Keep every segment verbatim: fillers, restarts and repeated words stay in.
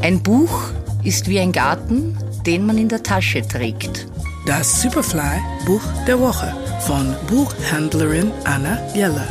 Ein Buch ist wie ein Garten, den man in der Tasche trägt. Das Superfly-Buch der Woche von Buchhändlerin Anna Jeller.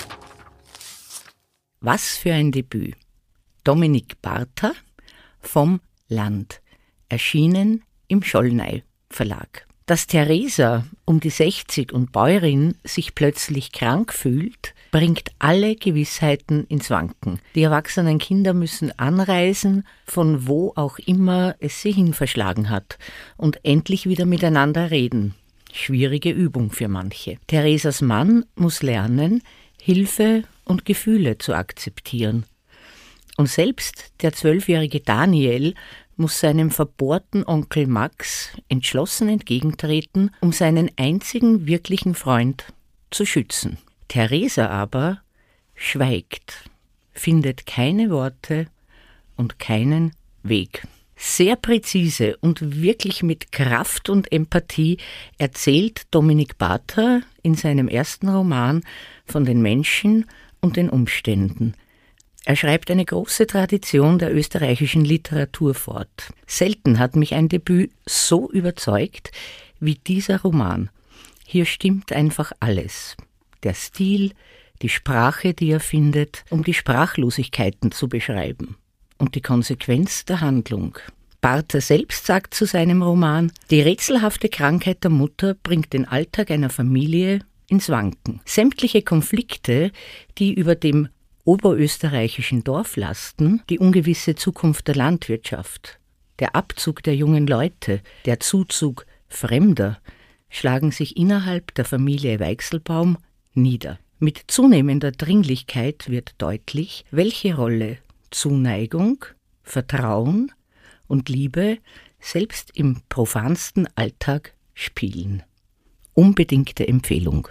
Was für ein Debüt. Dominik Bartha vom Land, erschienen im Schollnay Verlag. Dass Theresa um die sechzig und Bäuerin sich plötzlich krank fühlt, bringt alle Gewissheiten ins Wanken. Die erwachsenen Kinder müssen anreisen, von wo auch immer es sie hin verschlagen hat, und endlich wieder miteinander reden. Schwierige Übung für manche. Theresas Mann muss lernen, Hilfe und Gefühle zu akzeptieren. Und selbst der zwölfjährige Daniel muss seinem verbohrten Onkel Max entschlossen entgegentreten, um seinen einzigen wirklichen Freund zu schützen. Theresa aber schweigt, findet keine Worte und keinen Weg. Sehr präzise und wirklich mit Kraft und Empathie erzählt Dominik Bartha in seinem ersten Roman von den Menschen und den Umständen. Er schreibt eine große Tradition der österreichischen Literatur fort. Selten hat mich ein Debüt so überzeugt wie dieser Roman. Hier stimmt einfach alles. Der Stil, die Sprache, die er findet, um die Sprachlosigkeiten zu beschreiben. Und die Konsequenz der Handlung. Bartha selbst sagt zu seinem Roman, die rätselhafte Krankheit der Mutter bringt den Alltag einer Familie ins Wanken. Sämtliche Konflikte, die über dem oberösterreichischen Dorf lasten, die ungewisse Zukunft der Landwirtschaft, der Abzug der jungen Leute, der Zuzug Fremder, schlagen sich innerhalb der Familie Weichselbaum nieder. Mit zunehmender Dringlichkeit wird deutlich, welche Rolle Zuneigung, Vertrauen und Liebe selbst im profansten Alltag spielen. Unbedingte Empfehlung.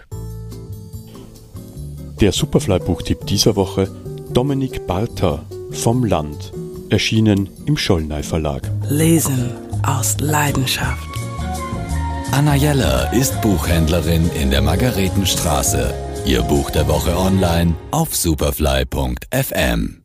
Der Superfly-Buchtipp dieser Woche: Dominik Bartha vom Land, erschienen im Schollnay Verlag. Lesen aus Leidenschaft. Anna Jeller ist Buchhändlerin in der Margaretenstraße. Ihr Buch der Woche online auf superfly punkt f m.